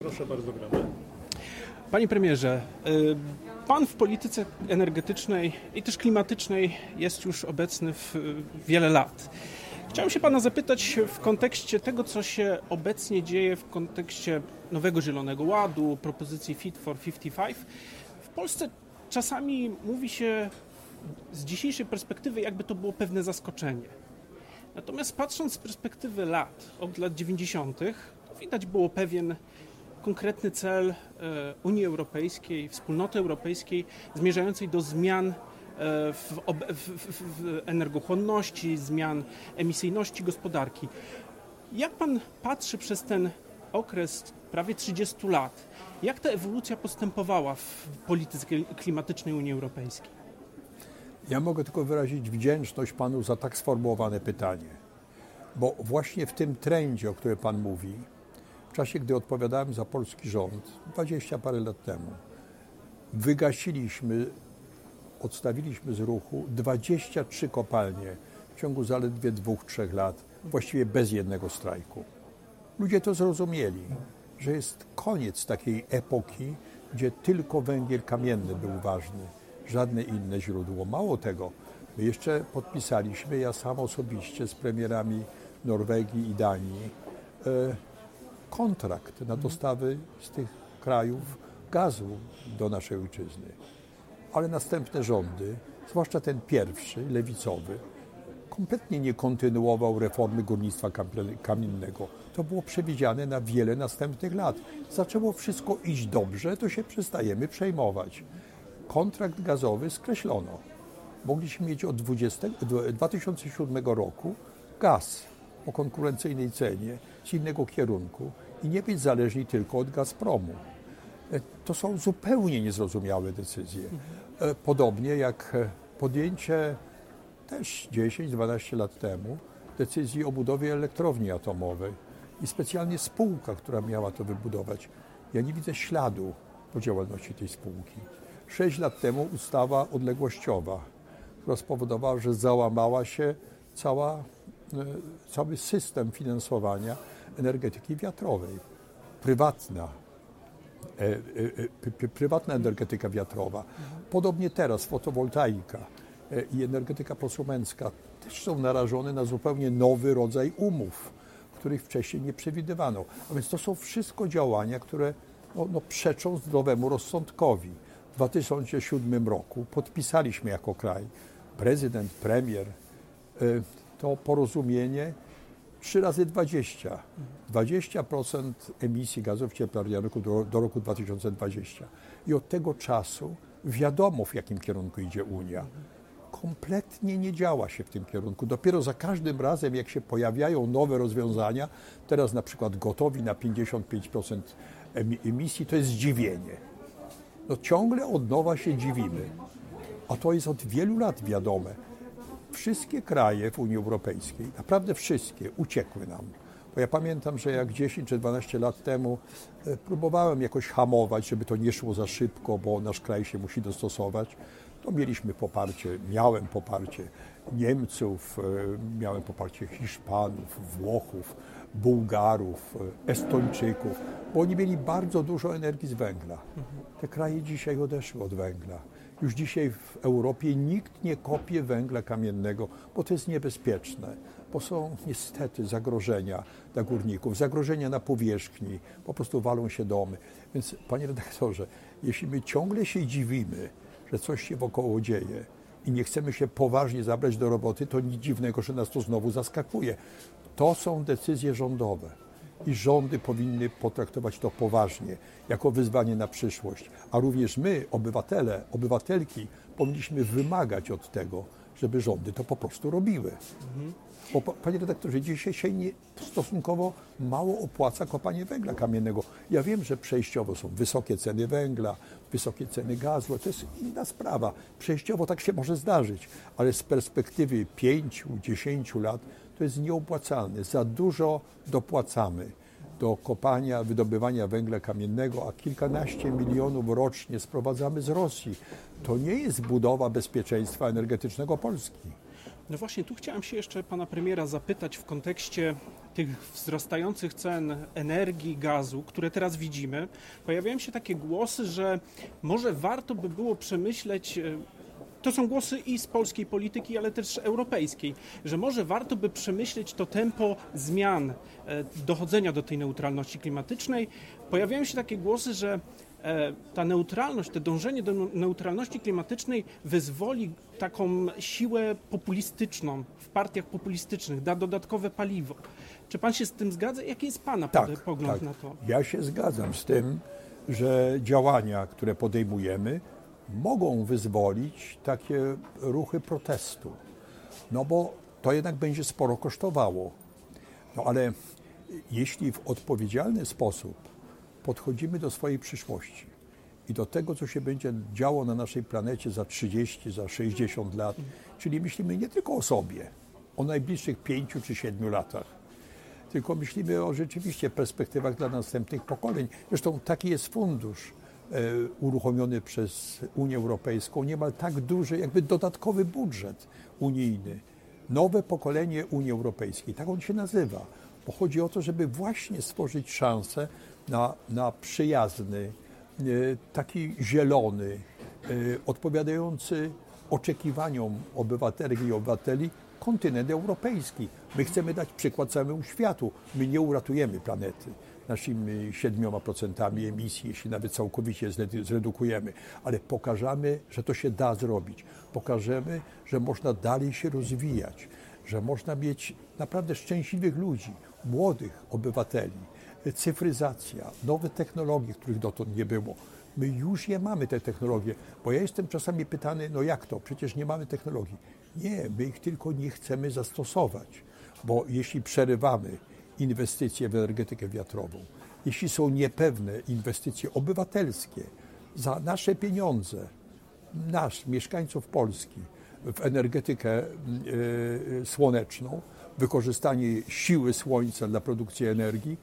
Proszę bardzo, gramy. Panie premierze, pan w polityce energetycznej i też klimatycznej jest już obecny w wiele lat. Chciałem się pana zapytać w kontekście tego, co się obecnie dzieje w kontekście nowego Zielonego Ładu, propozycji Fit for 55. W Polsce czasami mówi się z dzisiejszej perspektywy, jakby to było pewne zaskoczenie. Natomiast patrząc z perspektywy od lat 90., widać było pewien konkretny cel Unii Europejskiej, Wspólnoty Europejskiej zmierzającej do zmian w energochłonności, zmian emisyjności gospodarki. Jak pan patrzy przez ten okres prawie 30 lat, jak ta ewolucja postępowała w polityce klimatycznej Unii Europejskiej? Ja mogę tylko wyrazić wdzięczność panu za tak sformułowane pytanie, bo właśnie w tym trendzie, o którym pan mówi, w czasie, gdy odpowiadałem za polski rząd, 20 parę lat temu, odstawiliśmy z ruchu 23 kopalnie w ciągu zaledwie 2-3 lat, właściwie bez jednego strajku. Ludzie to zrozumieli, że jest koniec takiej epoki, gdzie tylko węgiel kamienny był ważny, żadne inne źródło. Mało tego, my jeszcze podpisaliśmy, ja sam osobiście z premierami Norwegii i Danii, kontrakt na dostawy z tych krajów gazu do naszej ojczyzny. Ale następne rządy, zwłaszcza ten pierwszy, lewicowy, kompletnie nie kontynuował reformy górnictwa kamiennego. To było przewidziane na wiele następnych lat. Zaczęło wszystko iść dobrze, to się przestajemy przejmować. Kontrakt gazowy skreślono. Mogliśmy mieć od 2007 roku gaz o konkurencyjnej cenie z innego kierunku i nie być zależni tylko od Gazpromu. To są zupełnie niezrozumiałe decyzje. Podobnie jak podjęcie też 10-12 lat temu decyzji o budowie elektrowni atomowej i specjalnie spółka, która miała to wybudować. Ja nie widzę śladu po działalności tej spółki. 6 lat temu ustawa odległościowa, która spowodowała, że załamała się cały system finansowania energetyki wiatrowej. Prywatna energetyka wiatrowa. Podobnie teraz fotowoltaika i energetyka prosumencka też są narażone na zupełnie nowy rodzaj umów, których wcześniej nie przewidywano. A więc to są wszystko działania, które przeczą zdrowemu rozsądkowi. W 2007 roku podpisaliśmy jako kraj, prezydent, premier, to porozumienie 3 razy 20. 20% emisji gazów cieplarnianych do roku 2020. I od tego czasu wiadomo, w jakim kierunku idzie Unia. Kompletnie nie działa się w tym kierunku. Dopiero za każdym razem, jak się pojawiają nowe rozwiązania, teraz na przykład gotowi na 55% emisji, to jest zdziwienie. Ciągle od nowa się dziwimy. A to jest od wielu lat wiadome. Wszystkie kraje w Unii Europejskiej, naprawdę wszystkie, uciekły nam. Bo ja pamiętam, że jak 10 czy 12 lat temu próbowałem jakoś hamować, żeby to nie szło za szybko, bo nasz kraj się musi dostosować, to miałem poparcie Niemców, miałem poparcie Hiszpanów, Włochów, Bułgarów, Estończyków, bo oni mieli bardzo dużo energii z węgla. Te kraje dzisiaj odeszły od węgla. Już dzisiaj w Europie nikt nie kopie węgla kamiennego, bo to jest niebezpieczne, bo są niestety zagrożenia dla górników, zagrożenia na powierzchni, po prostu walą się domy. Więc panie redaktorze, jeśli my ciągle się dziwimy, że coś się wokoło dzieje i nie chcemy się poważnie zabrać do roboty, to nic dziwnego, że nas to znowu zaskakuje. To są decyzje rządowe. I rządy powinny potraktować to poważnie, jako wyzwanie na przyszłość. A również my, obywatele, obywatelki, powinniśmy wymagać od tego, żeby rządy to po prostu robiły. Bo, panie redaktorze, dzisiaj się stosunkowo mało opłaca kopanie węgla kamiennego. Ja wiem, że przejściowo są wysokie ceny węgla, wysokie ceny gazu, to jest inna sprawa. Przejściowo tak się może zdarzyć, ale z perspektywy 5-10 lat to jest nieopłacalne. Za dużo dopłacamy do kopania, wydobywania węgla kamiennego, a kilkanaście milionów rocznie sprowadzamy z Rosji. To nie jest budowa bezpieczeństwa energetycznego Polski. No właśnie, tu chciałem się jeszcze pana premiera zapytać w kontekście tych wzrastających cen energii, gazu, które teraz widzimy, pojawiają się takie głosy, że może warto by było przemyśleć, to są głosy i z polskiej polityki, ale też europejskiej, że może warto by przemyśleć to tempo zmian, dochodzenia do tej neutralności klimatycznej. Pojawiają się takie głosy, że ta neutralność, to dążenie do neutralności klimatycznej wyzwoli taką siłę populistyczną w partiach populistycznych, da dodatkowe paliwo. Czy pan się z tym zgadza? Jaki jest pana pogląd na to? Ja się zgadzam z tym, że działania, które podejmujemy, mogą wyzwolić takie ruchy protestu. No bo to jednak będzie sporo kosztowało. No ale jeśli w odpowiedzialny sposób podchodzimy do swojej przyszłości i do tego, co się będzie działo na naszej planecie za 30, za 60 lat, czyli myślimy nie tylko o sobie, o najbliższych 5 czy 7 latach, tylko myślimy o rzeczywiście perspektywach dla następnych pokoleń. Zresztą taki jest fundusz uruchomiony przez Unię Europejską, niemal tak duży, jakby dodatkowy budżet unijny. Nowe pokolenie Unii Europejskiej, tak on się nazywa, bo chodzi o to, żeby właśnie stworzyć szansę na przyjazny, taki zielony, odpowiadający oczekiwaniom obywatelek i obywateli kontynent europejski. My chcemy dać przykład całemu światu. My nie uratujemy planety naszymi 7% emisji, jeśli nawet całkowicie zredukujemy, ale pokażemy, że to się da zrobić. Pokażemy, że można dalej się rozwijać, że można mieć naprawdę szczęśliwych ludzi, młodych obywateli. Cyfryzacja, nowe technologie, których dotąd nie było. My już je mamy, te technologie, bo ja jestem czasami pytany, no jak to, przecież nie mamy technologii. Nie, my ich tylko nie chcemy zastosować, bo jeśli przerywamy inwestycje w energetykę wiatrową, jeśli są niepewne inwestycje obywatelskie za nasze pieniądze, mieszkańców Polski, w energetykę słoneczną, wykorzystanie siły słońca dla produkcji energii,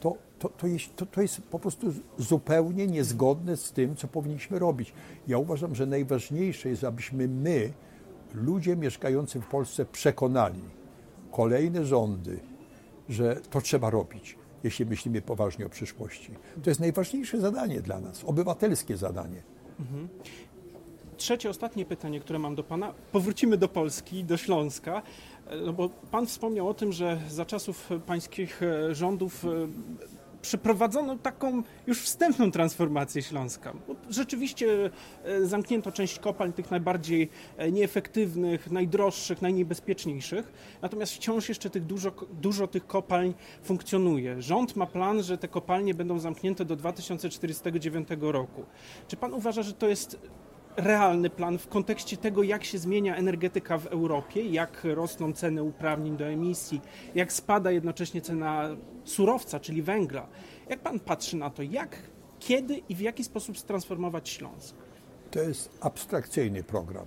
to jest po prostu zupełnie niezgodne z tym, co powinniśmy robić. Ja uważam, że najważniejsze jest, abyśmy my, ludzie mieszkający w Polsce, przekonali kolejne rządy, że to trzeba robić, jeśli myślimy poważnie o przyszłości. To jest najważniejsze zadanie dla nas, obywatelskie zadanie. Mhm. Trzecie, ostatnie pytanie, które mam do pana. Powrócimy do Polski, do Śląska, no bo pan wspomniał o tym, że za czasów pańskich rządów przeprowadzono taką już wstępną transformację Śląska. Bo rzeczywiście zamknięto część kopalń, tych najbardziej nieefektywnych, najdroższych, najniebezpieczniejszych, natomiast wciąż jeszcze dużo tych kopalń funkcjonuje. Rząd ma plan, że te kopalnie będą zamknięte do 2049 roku. Czy pan uważa, że to jest realny plan w kontekście tego, jak się zmienia energetyka w Europie, jak rosną ceny uprawnień do emisji, jak spada jednocześnie cena surowca, czyli węgla. Jak pan patrzy na to, kiedy i w jaki sposób transformować Śląsk? To jest abstrakcyjny program,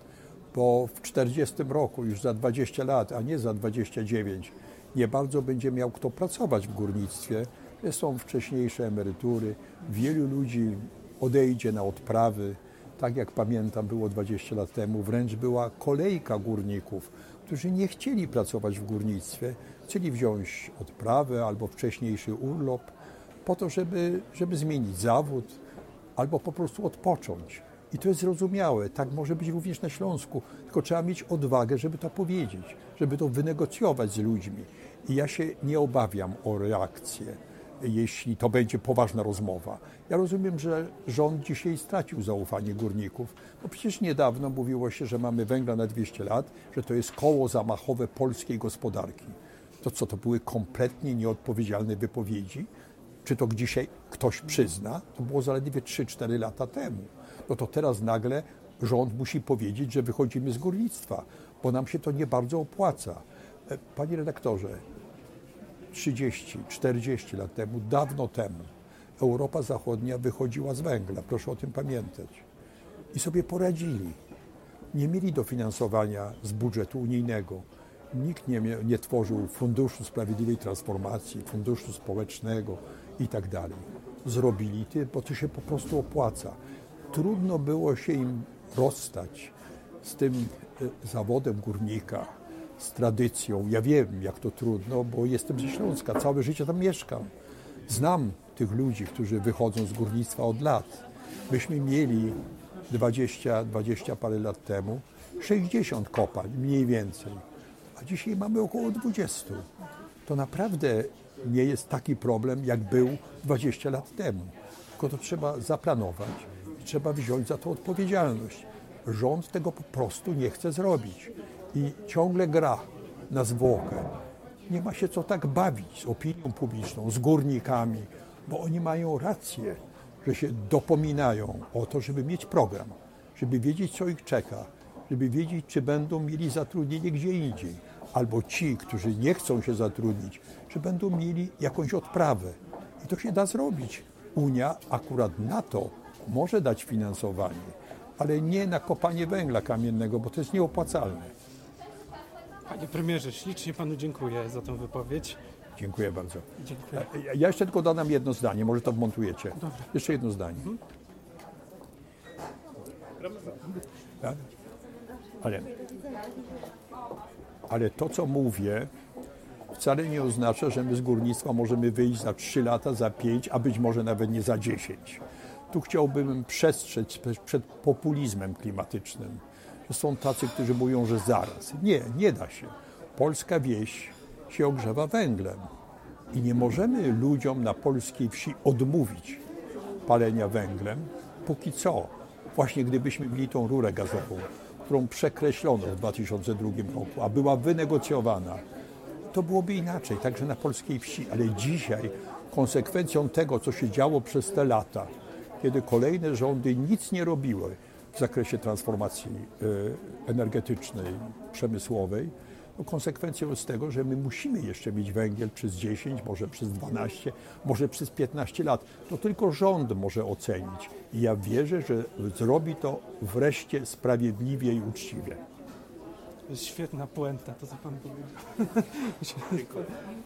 bo w 40 roku, już za 20 lat, a nie za 29, nie bardzo będzie miał kto pracować w górnictwie. Są wcześniejsze emerytury, wielu ludzi odejdzie na odprawy. Tak jak pamiętam, było 20 lat temu, wręcz była kolejka górników, którzy nie chcieli pracować w górnictwie, chcieli wziąć odprawę albo wcześniejszy urlop po to, żeby zmienić zawód albo po prostu odpocząć. I to jest zrozumiałe, tak może być również na Śląsku, tylko trzeba mieć odwagę, żeby to powiedzieć, żeby to wynegocjować z ludźmi. I ja się nie obawiam o reakcję, jeśli to będzie poważna rozmowa. Ja rozumiem, że rząd dzisiaj stracił zaufanie górników, bo przecież niedawno mówiło się, że mamy węgla na 200 lat, że to jest koło zamachowe polskiej gospodarki. To co, to były kompletnie nieodpowiedzialne wypowiedzi? Czy to dzisiaj ktoś przyzna? To było zaledwie 3-4 lata temu. No to teraz nagle rząd musi powiedzieć, że wychodzimy z górnictwa, bo nam się to nie bardzo opłaca. Panie redaktorze, 30, 40 lat temu, dawno temu, Europa Zachodnia wychodziła z węgla, proszę o tym pamiętać. I sobie poradzili. Nie mieli dofinansowania z budżetu unijnego. Nikt nie tworzył Funduszu Sprawiedliwej Transformacji, Funduszu Społecznego i tak dalej. Zrobili to, bo to się po prostu opłaca. Trudno było się im rozstać z tym zawodem górnika, z tradycją. Ja wiem, jak to trudno, bo jestem ze Śląska, całe życie tam mieszkam. Znam tych ludzi, którzy wychodzą z górnictwa od lat. Myśmy mieli 20 parę lat temu 60 kopalń, mniej więcej, a dzisiaj mamy około 20. To naprawdę nie jest taki problem, jak był 20 lat temu. Tylko to trzeba zaplanować i trzeba wziąć za to odpowiedzialność. Rząd tego po prostu nie chce zrobić i ciągle gra na zwłokę. Nie ma się co tak bawić z opinią publiczną, z górnikami, bo oni mają rację, że się dopominają o to, żeby mieć program, żeby wiedzieć, co ich czeka, żeby wiedzieć, czy będą mieli zatrudnienie gdzie indziej, albo ci, którzy nie chcą się zatrudnić, czy będą mieli jakąś odprawę. I to się da zrobić. Unia akurat na to może dać finansowanie, ale nie na kopanie węgla kamiennego, bo to jest nieopłacalne. Panie premierze, ślicznie panu dziękuję za tę wypowiedź. Dziękuję bardzo. Dziękuję. Ja jeszcze tylko dodam jedno zdanie, może to wmontujecie. Dobra. Jeszcze jedno zdanie. Tak? Ale to, co mówię, wcale nie oznacza, że my z górnictwa możemy wyjść za 3 lata, za 5, a być może nawet nie za 10. Tu chciałbym przestrzec przed populizmem klimatycznym. Że są tacy, którzy mówią, że zaraz. Nie da się. Polska wieś się ogrzewa węglem i nie możemy ludziom na polskiej wsi odmówić palenia węglem, póki co. Właśnie gdybyśmy mieli tą rurę gazową, którą przekreślono w 2002 roku, a była wynegocjowana, to byłoby inaczej, także na polskiej wsi. Ale dzisiaj konsekwencją tego, co się działo przez te lata, kiedy kolejne rządy nic nie robiły w zakresie transformacji energetycznej, przemysłowej, to konsekwencją jest tego, że my musimy jeszcze mieć węgiel przez 10, może przez 12, może przez 15 lat. To tylko rząd może ocenić. I ja wierzę, że zrobi to wreszcie sprawiedliwie i uczciwie. To jest świetna puenta, to co pan powiedział.